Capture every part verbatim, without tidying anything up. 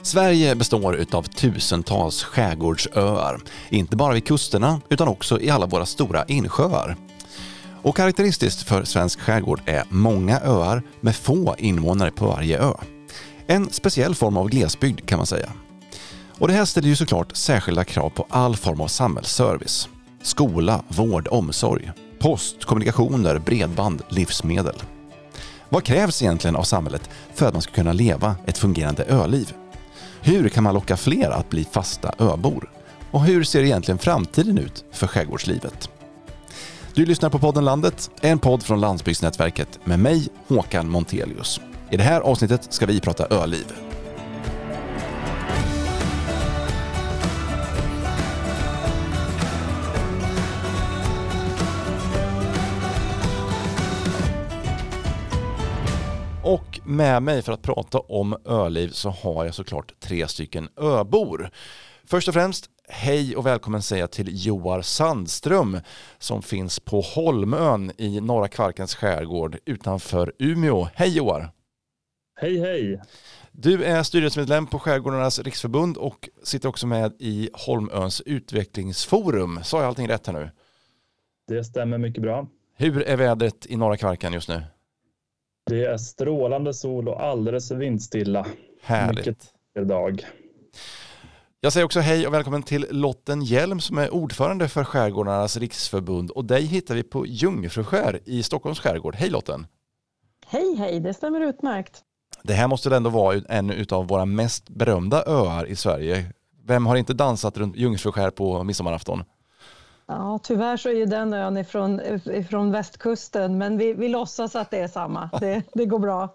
Sverige består utav tusentals skärgårdsöar, inte bara vid kusterna utan också i alla våra stora insjöar. Och karaktäristiskt för svensk skärgård är många öar med få invånare på varje ö. En speciell form av glesbygd kan man säga. Och det här ställer ju såklart särskilda krav på all form av samhällsservice. Skola, vård, omsorg, post, kommunikationer, bredband, livsmedel. Vad krävs egentligen av samhället för att man ska kunna leva ett fungerande öliv? Hur kan man locka fler att bli fasta öbor? Och hur ser egentligen framtiden ut för skärgårdslivet? Du lyssnar på podden Landet, en podd från Landsbygdsnätverket med mig, Håkan Montelius. I det här avsnittet ska vi prata öliv. Och med mig för att prata om öliv så har jag såklart tre stycken öbor. Först och främst, hej och välkommen säga till Joar Sandström som finns på Holmön i norra Kvarkens skärgård utanför Umeå. Hej Joar! Hej hej! Du är styrelsemedlem på Skärgårdarnas riksförbund och sitter också med i Holmöns utvecklingsforum. Sa jag allting rätt här nu? Det stämmer mycket bra. Hur är vädret i norra Kvarken just nu? Det är strålande sol och alldeles vindstilla. Härligt. Mycket dag. Jag säger också hej och välkommen till Lotten Hjelm som är ordförande för Skärgårdarnas riksförbund. Och dig hittar vi på Jungfruskär i Stockholms skärgård. Hej Lotten! Hej hej, det stämmer utmärkt. Det här måste ändå vara en av våra mest berömda öar i Sverige. Vem har inte dansat runt Jungfruskär på midsommarafton? Ja, tyvärr så är ju den ön ifrån, ifrån västkusten, men vi, vi låtsas att det är samma. Det, det går bra.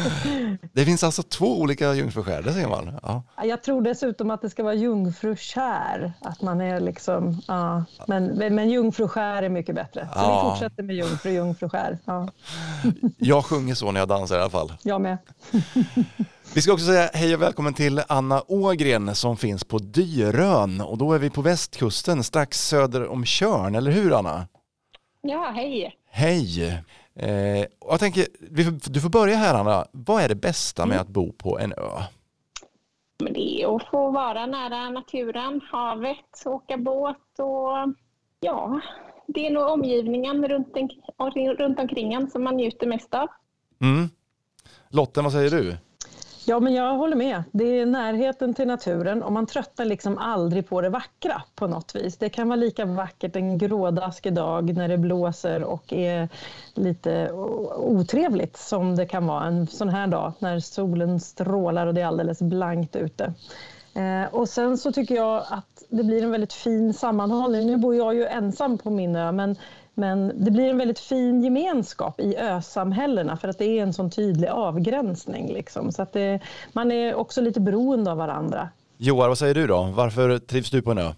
Det finns alltså två olika jungfruskär, det ser man. Ja. Jag tror dessutom att det ska vara jungfrukär. Att man är liksom, ja, men, men jungfruskär är mycket bättre. Så ja. Vi fortsätter med jungfru, jungfruskär. Ja. Jag sjunger så när jag dansar i alla fall. Jag med. Vi ska också säga hej och välkommen till Anna Ågren som finns på Dyrön. Och då är vi på västkusten strax söder om Tjörn, eller hur Anna? Ja, hej. Hej. Eh, jag tänker, du får börja här Anna. Vad är det bästa med att bo på en ö? Men det är att få vara nära naturen, havet, åka båt och ja, det är nog omgivningen runt, en, runt omkring en som man njuter mest av. Mm. Lotten, vad säger du? Ja, men jag håller med. Det är närheten till naturen och man tröttar liksom aldrig på det vackra på något vis. Det kan vara lika vackert en grådaskig dag när det blåser och är lite otrevligt som det kan vara en sån här dag när solen strålar och det är alldeles blankt ute. Eh, och sen så tycker jag att det blir en väldigt fin sammanhållning. Nu bor jag ju ensam på min ö, men Men det blir en väldigt fin gemenskap i ösamhällena för att det är en sån tydlig avgränsning. Liksom. Så att det, man är också lite beroende av varandra. Joar, vad säger du då? Varför trivs du på en ö?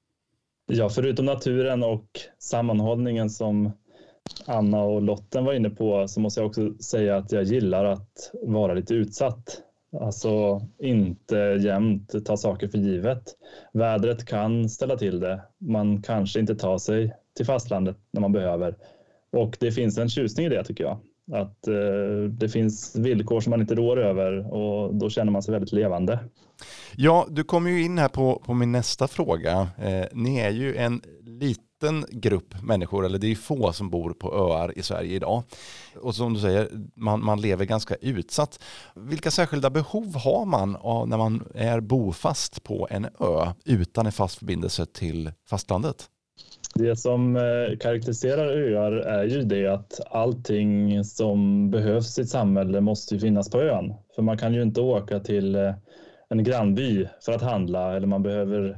Ja, förutom naturen och sammanhållningen som Anna och Lotten var inne på så måste jag också säga att jag gillar att vara lite utsatt. Alltså inte jämt ta saker för givet. Vädret kan ställa till det. Man kanske inte tar sig till fastlandet när man behöver. Och det finns en tjusning i det tycker jag. Att eh, det finns villkor som man inte rår över och då känner man sig väldigt levande. Ja, du kommer ju in här på, på min nästa fråga. Eh, ni är ju en liten grupp människor, eller det är få som bor på öar i Sverige idag. Och som du säger, man, man lever ganska utsatt. Vilka särskilda behov har man av när man är bofast på en ö utan en fast förbindelse till fastlandet? Det som karaktäriserar öar är ju det att allting som behövs i ett samhälle måste ju finnas på ön. För man kan ju inte åka till en grannby för att handla eller man behöver,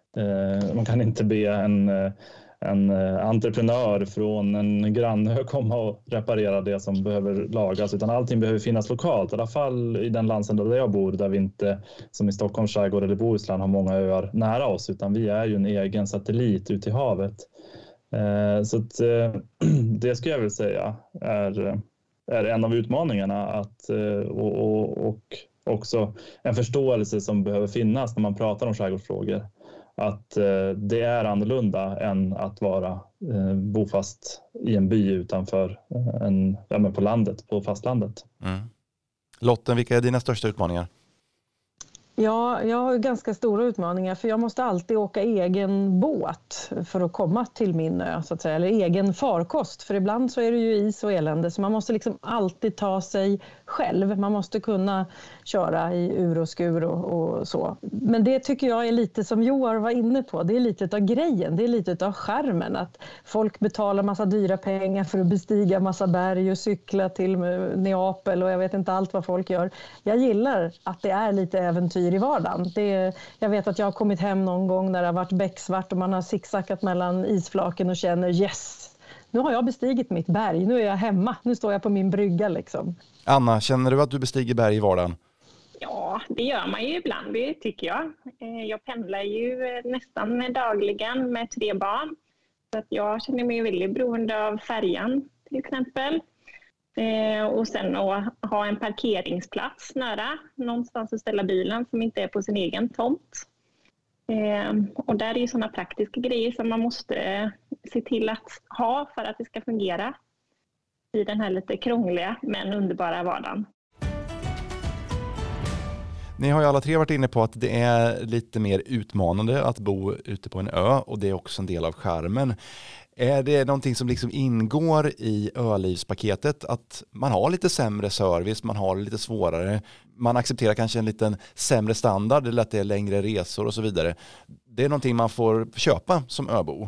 man kan inte be en, en entreprenör från en grannö komma och reparera det som behöver lagas, utan allting behöver finnas lokalt. I alla fall i den landsända där jag bor, där vi inte som i Stockholms skärgård eller Bohuslän har många öar nära oss, utan vi är ju en egen satellit ute i havet. Så att, det ska jag väl säga är, är en av utmaningarna att, och, och, och också en förståelse som behöver finnas när man pratar om skärgårdsfrågor. Att eh, det är annorlunda än att vara eh, bofast i en by utanför en, ja, men på landet, på fastlandet. Mm. Lotten, vilka är dina största utmaningar? Ja, jag har ganska stora utmaningar för jag måste alltid åka egen båt för att komma till min ö, så att säga, eller egen farkost. För ibland så är det ju is och elände så man måste liksom alltid ta sig själv. Man måste kunna köra i ur och skur och, och så. Men det tycker jag är lite som Joar var inne på. Det är lite av grejen, det är lite av skärmen. Att folk betalar massa dyra pengar för att bestiga massa berg och cykla till Neapel och jag vet inte allt vad folk gör. Jag gillar att det är lite äventyr i vardagen. Det, jag vet att jag har kommit hem någon gång när det har varit becksvart och man har zigzackat mellan isflaken och känner yes, nu har jag bestigit mitt berg, nu är jag hemma, nu står jag på min brygga liksom. Anna, känner du att du bestiger berg i vardagen? Ja, det gör man ju ibland, det tycker jag. Jag pendlar ju nästan dagligen med tre barn. Så att jag känner mig väldigt beroende av färjan till exempel. Eh, och sen att ha en parkeringsplats nära, någonstans att ställa bilen som inte är på sin egen tomt. Eh, och där är ju sådana praktiska grejer som man måste eh, se till att ha för att det ska fungera i den här lite krångliga men underbara vardagen. Ni har ju alla tre varit inne på att det är lite mer utmanande att bo ute på en ö och det är också en del av skärmen. Är det någonting som liksom ingår i ölivspaketet att man har lite sämre service, man har lite svårare, man accepterar kanske en liten sämre standard eller att det är längre resor och så vidare. Det är någonting man får köpa som öbo.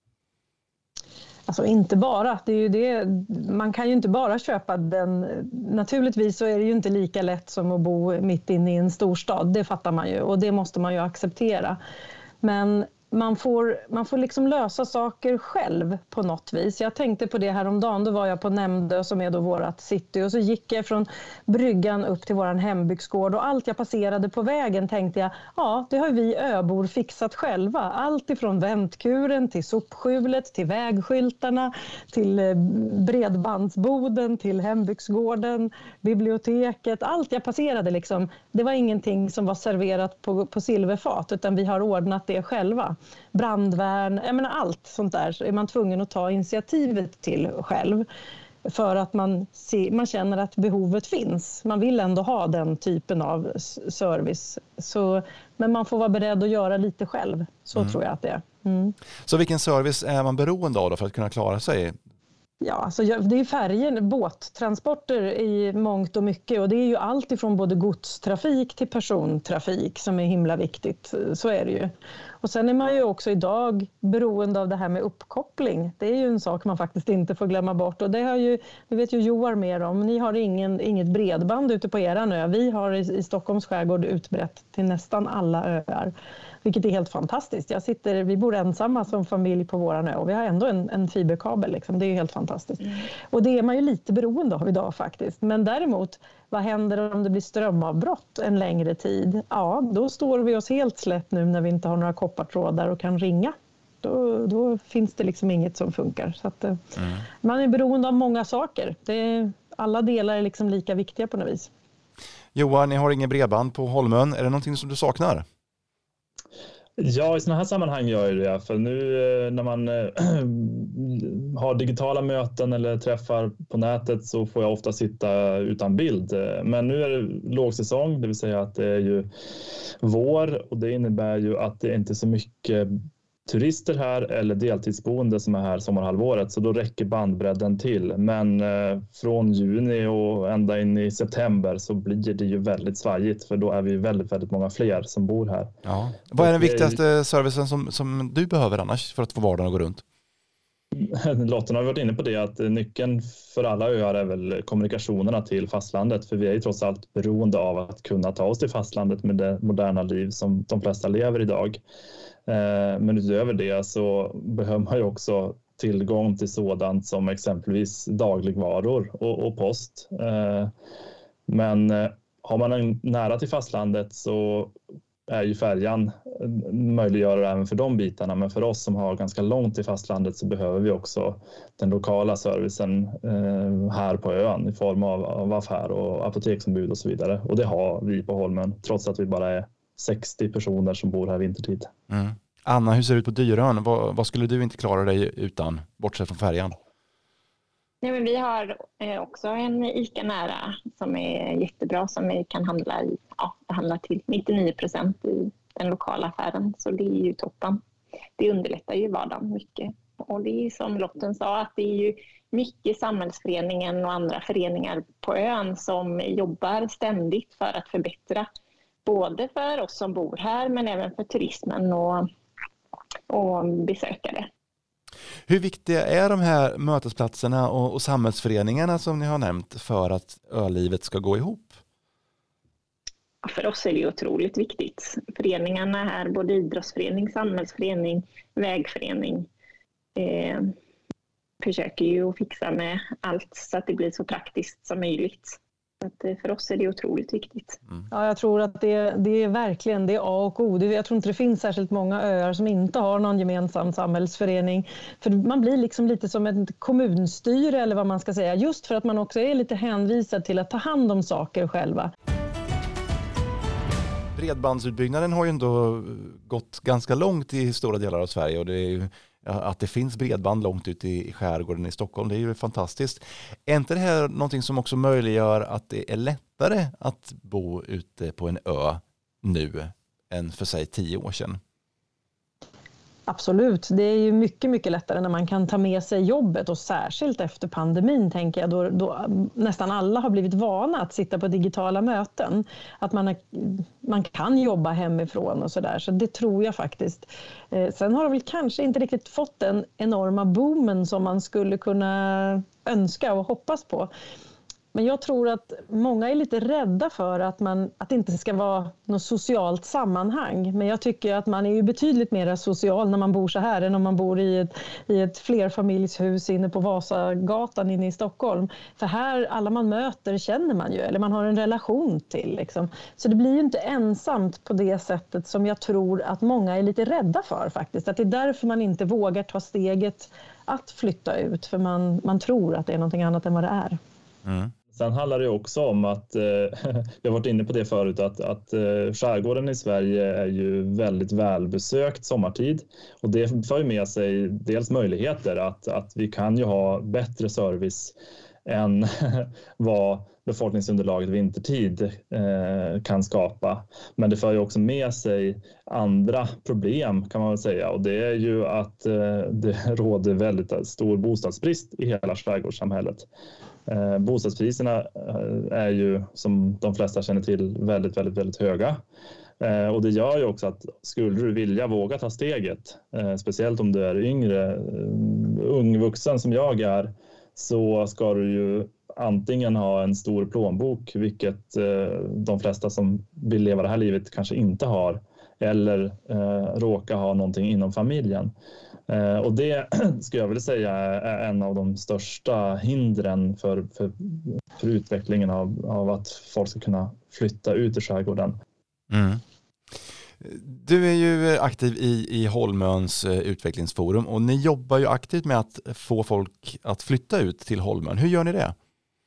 Alltså inte bara, det är ju det, man kan ju inte bara köpa den. Naturligtvis så är det ju inte lika lätt som att bo mitt inne i en storstad, det fattar man ju och det måste man ju acceptera. Men man får, man får liksom lösa saker själv på något vis. Jag tänkte på det här om dagen, då var jag på Nämndö som är då vårat city och så gick jag från bryggan upp till våran hembygdsgård och allt jag passerade på vägen tänkte jag, ja det har vi öbor fixat själva. Allt ifrån väntkuren till sopskjulet, till vägskyltarna, till bredbandsboden, till hembygdsgården, biblioteket. Allt jag passerade liksom, det var ingenting som var serverat på, på silverfat utan vi har ordnat det själva. Brandvärn, jag menar allt sånt där så är man tvungen att ta initiativet till själv för att man, ser, man känner att behovet finns. Man vill ändå ha den typen av service. Så, men man får vara beredd att göra lite själv. Så mm. tror jag att det är. Mm. Så vilken service är man beroende av då för att kunna klara sig? Ja, alltså det är färger, båttransporter i mångt och mycket och det är ju allt ifrån både godstrafik till persontrafik som är himla viktigt, så är det ju. Och sen är man ju också idag beroende av det här med uppkoppling. Det är ju en sak man faktiskt inte får glömma bort och det har ju, det vet ju Joar mer om, ni har ingen, inget bredband ute på eran ö. Vi har i, i Stockholms skärgård utbrett till nästan alla öar. Vilket är helt fantastiskt. Jag sitter, vi bor ensamma som familj på våran ö och vi har ändå en, en fiberkabel. Liksom. Det är ju helt fantastiskt. Mm. Och det är man ju lite beroende av idag faktiskt. Men däremot, vad händer om det blir strömavbrott en längre tid? Ja, då står vi oss helt slätt nu när vi inte har några koppartrådar och kan ringa. Då, då finns det liksom inget som funkar. Så att, mm. man är beroende av många saker. Det är, alla delar är liksom lika viktiga på något vis. Johan, ni har ingen bredband på Holmön. Är det någonting som du saknar? Ja, i sådana här sammanhang gör jag det. För nu när man har digitala möten eller träffar på nätet så får jag ofta sitta utan bild. Men nu är det lågsäsong, det vill säga att det är ju vår och det innebär ju att det inte är så mycket turister här eller deltidsboende som är här sommarhalvåret, så då räcker bandbredden till. Men eh, från juni och ända in i september så blir det ju väldigt svajigt för då är vi väldigt, väldigt många fler som bor här. Ja. Vad är den viktigaste servicen som, som du behöver annars för att få vardagen att gå runt? Lotten har varit inne på det att nyckeln för alla öar är väl kommunikationerna till fastlandet, för vi är ju trots allt beroende av att kunna ta oss till fastlandet med det moderna liv som de flesta lever idag. Men utöver det så behöver man ju också tillgång till sådant som exempelvis dagligvaror och, och post. Men har man en nära till fastlandet så är ju färjan möjliggörare även för de bitarna. Men för oss som har ganska långt till fastlandet så behöver vi också den lokala servicen här på ön i form av, av affär och apoteksombud och så vidare. Och det har vi på Holmön trots att vi bara är sextio personer som bor här vintertid. Mm. Anna, hur ser det ut på Dyrön? Vad, vad skulle du inte klara dig utan, bortsett från färjan? Nej, men vi har också en ICA nära som är jättebra, som vi kan handla i. Ja, handlar till nittionio procent i den lokala affären. Så det är ju toppen. Det underlättar ju vardagen mycket. Och det är som Lotten sa, att det är ju mycket samhällsföreningen och andra föreningar på ön som jobbar ständigt för att förbättra. Både för oss som bor här men även för turismen och, och besökare. Hur viktiga är de här mötesplatserna och, och samhällsföreningarna som ni har nämnt för att ölivet ska gå ihop? För oss är det otroligt viktigt. Föreningarna här, både idrottsförening, samhällsförening, vägförening, eh, försöker ju att fixa med allt så att det blir så praktiskt som möjligt. Så att för oss är det otroligt viktigt. Mm. Ja, jag tror att det, det är verkligen det är A och O. Jag tror inte det finns särskilt många öar som inte har någon gemensam samhällsförening. För man blir liksom lite som ett kommunstyre eller vad man ska säga. Just för att man också är lite hänvisad till att ta hand om saker själva. Bredbandsutbyggnaden har ju ändå gått ganska långt i stora delar av Sverige och det är ju att det finns bredband långt ut i skärgården i Stockholm, det är ju fantastiskt. Är inte det här någonting som också möjliggör att det är lättare att bo ute på en ö nu än för sig tio år sedan? Absolut, det är ju mycket, mycket lättare när man kan ta med sig jobbet och särskilt efter pandemin tänker jag då, då nästan alla har blivit vana att sitta på digitala möten. Att man, har, man kan jobba hemifrån och sådär, så det tror jag faktiskt. Eh, sen har de väl kanske inte riktigt fått den enorma boomen som man skulle kunna önska och hoppas på. Men jag tror att många är lite rädda för att, man, att det inte ska vara något socialt sammanhang. Men jag tycker att man är ju betydligt mer social när man bor så här än om man bor i ett, i ett flerfamiljshus inne på Vasagatan inne i Stockholm. För här, alla man möter känner man ju, eller man har en relation till. Liksom. Så det blir ju inte ensamt på det sättet som jag tror att många är lite rädda för faktiskt. Att det är därför man inte vågar ta steget att flytta ut. För man, man tror att det är någonting annat än vad det är. Mm. Sen handlar det också om att, eh, jag har varit inne på det förut, att, att eh, skärgården i Sverige är ju väldigt välbesökt sommartid. Och det för med sig dels möjligheter att, att vi kan ju ha bättre service än vad befolkningsunderlaget vintertid eh, kan skapa. Men det för ju också med sig andra problem kan man väl säga. Och det är ju att eh, det råder väldigt stor bostadsbrist i hela skärgårdssamhället. Eh, bostadspriserna eh, är ju som de flesta känner till väldigt, väldigt, väldigt höga. Eh, och det gör ju också att skulle du vilja våga ta steget, eh, speciellt om du är yngre, eh, ung vuxen som jag är, så ska du ju antingen ha en stor plånbok, vilket eh, de flesta som vill leva det här livet kanske inte har, eller eh, råka ha någonting inom familjen. Eh, och det ska jag vilja säga är en av de största hindren för, för, för utvecklingen av, av att folk ska kunna flytta ut i skärgården. Mm. Du är ju aktiv i, i Holmöns utvecklingsforum och ni jobbar ju aktivt med att få folk att flytta ut till Holmön. Hur gör ni det?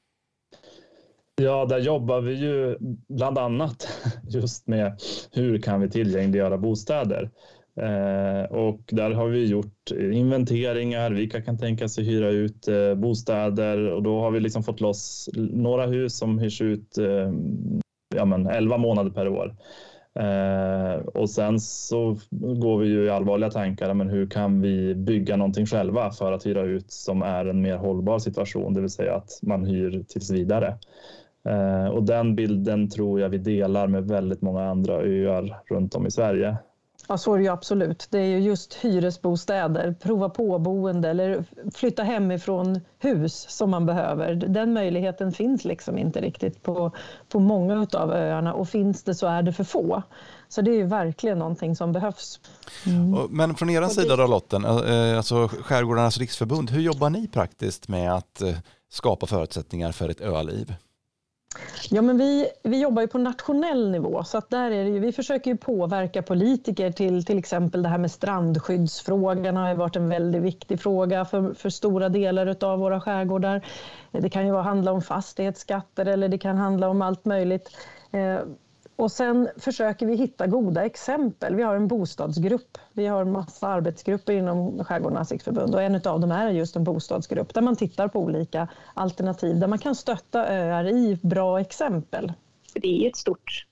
Ja, där jobbar vi ju bland annat just med hur kan vi tillgängliggöra bostäder. Eh, och där har vi gjort inventeringar, vilka kan tänka sig hyra ut eh, bostäder, och då har vi liksom fått loss några hus som hyrs ut eh, ja, men elva månader per år. Eh, och sen så går vi ju i allvarliga tankar, men hur kan vi bygga någonting själva för att hyra ut som är en mer hållbar situation, det vill säga att man hyr tills vidare. Eh, och den bilden tror jag vi delar med väldigt många andra öar runt om i Sverige. Ja, så är det ju absolut. Det är ju just hyresbostäder, prova på boende eller flytta hemifrån hus som man behöver. Den möjligheten finns liksom inte riktigt på, på många av öarna, och finns det så är det för få. Så det är ju verkligen någonting som behövs. Mm. Men från er sida då, Lotten, alltså Skärgårdarnas riksförbund, hur jobbar ni praktiskt med att skapa förutsättningar för ett öliv? Ja, men vi, vi jobbar ju på nationell nivå, så att där är det ju, vi försöker ju påverka politiker till till exempel det här med strandskyddsfrågan har ju varit en väldigt viktig fråga för, för stora delar av våra skärgårdar. Det kan ju vara, handla om fastighetsskatter eller det kan handla om allt möjligt. Eh, och sen försöker vi hitta goda exempel. Vi har en bostadsgrupp. Vi har en massa arbetsgrupper inom Skärgårdarnas riksförbund, och en av dem är just en bostadsgrupp där man tittar på olika alternativ där man kan stötta öar i bra exempel. Det är ett stort,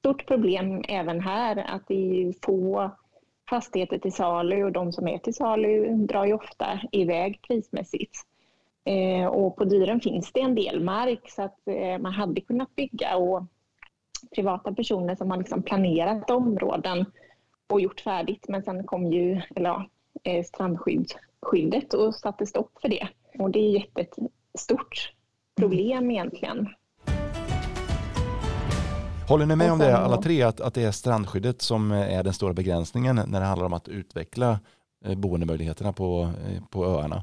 stort problem även här att det är få fastigheter till salu och de som är till salu drar ju ofta iväg prismässigt. Eh, och på Dyrön finns det en del mark så att eh, man hade kunnat bygga och privata personer som har liksom planerat områden och gjort färdigt, men sen kom ju eller, ja, eh, strandskyddet och satte stopp för det. Och det är ett jättestort problem egentligen. Håller ni med om det alla tre, att, att det är strandskyddet som är den stora begränsningen när det handlar om att utveckla boendemöjligheterna på, på öarna?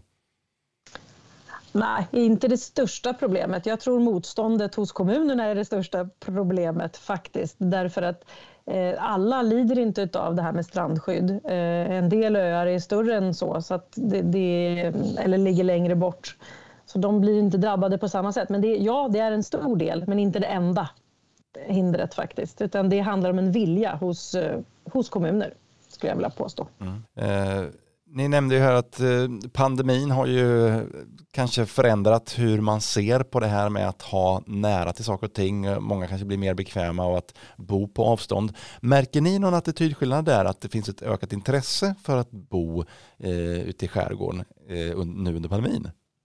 Nej, inte det största problemet. Jag tror motståndet hos kommunerna är det största problemet faktiskt. Därför att eh, alla lider inte av det här med strandskydd. Eh, en del öar är större än så, så att det, det, eller ligger längre bort. Så de blir inte drabbade på samma sätt. Men det, ja, det är en stor del, men inte det enda hindret faktiskt. Utan det handlar om en vilja hos, eh, hos kommuner, skulle jag vilja påstå. Mm. Eh. Ni nämnde ju här att pandemin har ju kanske förändrat hur man ser på det här med att ha nära till saker och ting. Många kanske blir mer bekväma av att bo på avstånd. Märker ni någon attitydskillnad där, att det finns ett ökat intresse för att bo eh, ute i skärgården eh, nu under pandemin?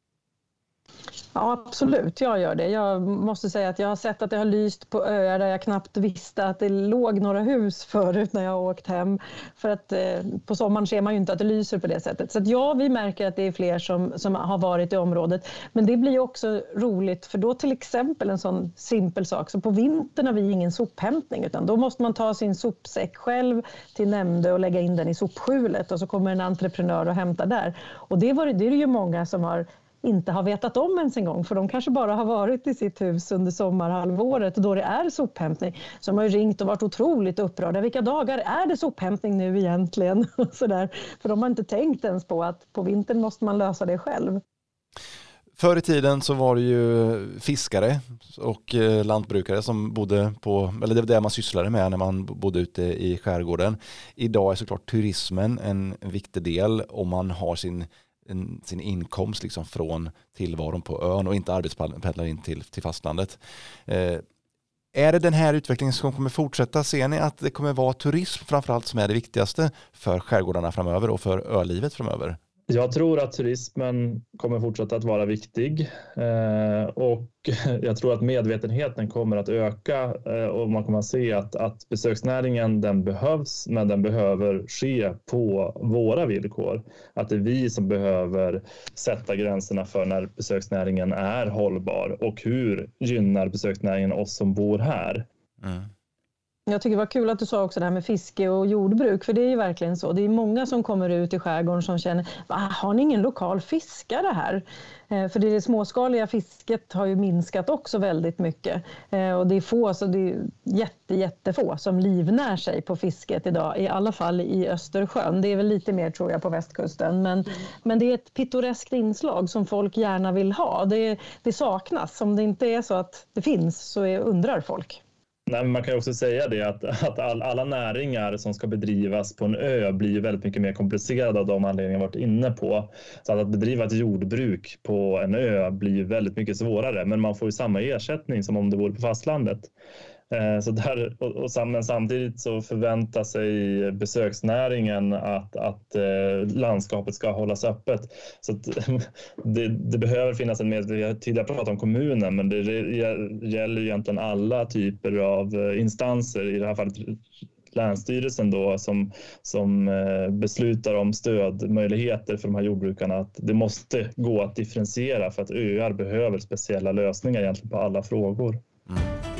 Ja, absolut. Jag gör det. Jag måste säga att jag har sett att det har lyst på öar där jag knappt visste att det låg några hus förut när jag har åkt hem. För att eh, på sommaren ser man ju inte att det lyser på det sättet. Så att ja, vi märker att det är fler som, som har varit i området. Men det blir också roligt, för då till exempel en sån simpel sak. Så på vintern har vi ingen sophämtning, utan då måste man ta sin sopsäck själv till Nämndö och lägga in den i sopskjulet. Och så kommer en entreprenör och hämtar där. Och det, var, det är ju många som har inte har vetat om ens en gång, för de kanske bara har varit i sitt hus under sommarhalvåret då det är sophämtning. Så de har ju ringt och varit otroligt upprörda. Vilka dagar är det sophämtning nu egentligen? Så där. För de har inte tänkt ens på att på vintern måste man lösa det själv. Förr i tiden så var det ju fiskare och lantbrukare som bodde på, eller det var det man sysslade med när man bodde ute i skärgården. Idag är såklart turismen en viktig del om man har sin En, sin inkomst liksom från tillvaron på ön och inte arbetspendlar in till, till fastlandet. Eh, är det den här utvecklingen som kommer fortsätta? Ser ni att det kommer vara turism framförallt som är det viktigaste för skärgårdarna framöver och för ölivet framöver? Jag tror att turismen kommer fortsätta att vara viktig eh, och jag tror att medvetenheten kommer att öka eh, och man kommer att se att, att besöksnäringen den behövs, men den behöver ske på våra villkor. Att det är vi som behöver sätta gränserna för när besöksnäringen är hållbar och hur gynnar besöksnäringen oss som bor här. Mm. Jag tycker det var kul att du sa också det här med fiske och jordbruk, för det är ju verkligen så. Det är många som kommer ut i skärgården som känner, har ni ingen lokal fiskare här? Eh, för det småskaliga fisket har ju minskat också väldigt mycket. Eh, och det är få, så det är jätte, jättefå som livnär sig på fisket idag, i alla fall i Östersjön. Det är väl lite mer tror jag på västkusten, men, mm. men det är ett pittoreskt inslag som folk gärna vill ha. Det, det saknas, om det inte är så att det finns så är, undrar folk. Nej, man kan ju också säga det att, att all, alla näringar som ska bedrivas på en ö blir väldigt mycket mer komplicerade av de anledningar jag varit inne på. Så att, att bedriva ett jordbruk på en ö blir väldigt mycket svårare, men man får ju samma ersättning som om det vore på fastlandet. Eh, så där, och, och, men samtidigt så förväntar sig besöksnäringen att, att eh, landskapet ska hållas öppet. Så att, det, det behöver finnas en mer, jag har tidigare pratat om kommunen, men det gäller ju egentligen alla typer av instanser, i det här fallet Länsstyrelsen då, som, som eh, beslutar om stödmöjligheter för de här jordbrukarna, att det måste gå att differentiera för att öar behöver speciella lösningar egentligen på alla frågor. Mm.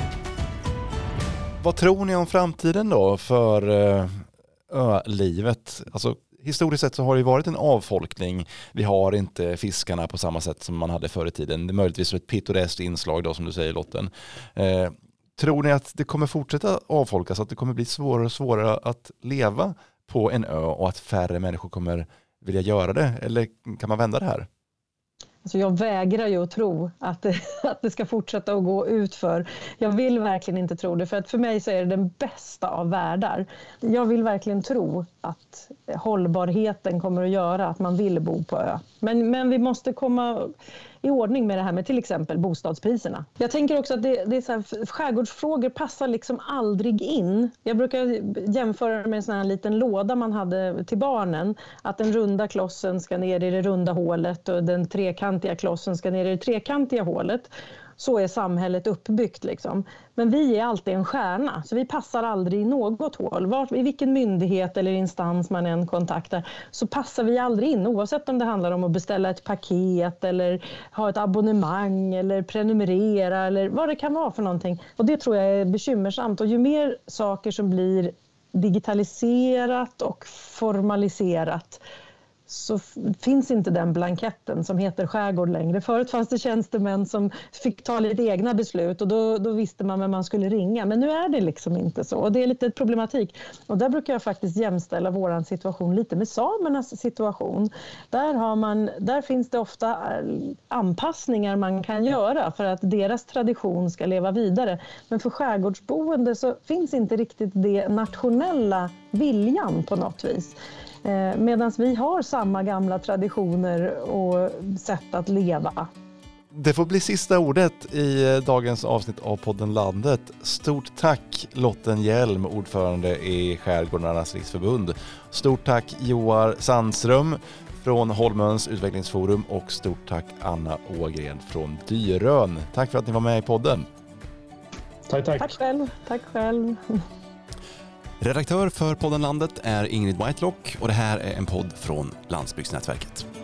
Vad tror ni om framtiden då för ölivet? Alltså, historiskt sett så har det varit en avfolkning. Vi har inte fiskarna på samma sätt som man hade förr i tiden. Det är möjligtvis ett pittoreskt inslag då, som du säger, Lotten. Eh, tror ni att det kommer fortsätta avfolkas, att det kommer bli svårare och svårare att leva på en ö och att färre människor kommer vilja göra det? Eller kan man vända det här? Alltså jag vägrar ju att tro att det, att det ska fortsätta att gå ut för. Jag vill verkligen inte tro det, för att för mig så är det den bästa av världar. Jag vill verkligen tro att hållbarheten kommer att göra att man vill bo på ö. Men, men vi måste komma i ordning med det här med till exempel bostadspriserna. Jag tänker också att det, det är så här, skärgårdsfrågor passar liksom aldrig in. Jag brukar jämföra med en sån här liten låda man hade till barnen. Att den runda klossen ska ner i det runda hålet och den trekantiga klossen ska ner i det trekantiga hålet. Så är samhället uppbyggt liksom. Men vi är alltid en stjärna, så vi passar aldrig i något hål. Var, i vilken myndighet eller instans man än kontaktar så passar vi aldrig in. Oavsett om det handlar om att beställa ett paket eller ha ett abonnemang eller prenumerera eller vad det kan vara för någonting. Och det tror jag är bekymmersamt. Och ju mer saker som blir digitaliserat och formaliserat så finns inte den blanketten som heter skärgård längre. Förut fanns det tjänstemän som fick ta lite egna beslut och då, då visste man vem man skulle ringa. Men nu är det liksom inte så och det är lite problematik. Och där brukar jag faktiskt jämställa våran situation lite med samernas situation. Där, har man, där finns det ofta anpassningar man kan göra för att deras tradition ska leva vidare. Men för skärgårdsboende så finns inte riktigt det nationella viljan på något vis. Medan vi har samma gamla traditioner och sätt att leva. Det får bli sista ordet i dagens avsnitt av podden Landet. Stort tack Lotten Hjelm, ordförande i Skärgårdarnas riksförbund. Stort tack Joar Sandström från Holmöns utvecklingsforum och stort tack Anna Ågren från Dyrön. Tack för att ni var med i podden. Tack, tack. Tack själv. Tack själv. Redaktör för podden Landet är Ingrid Whitelock och det här är en podd från Landsbygdsnätverket.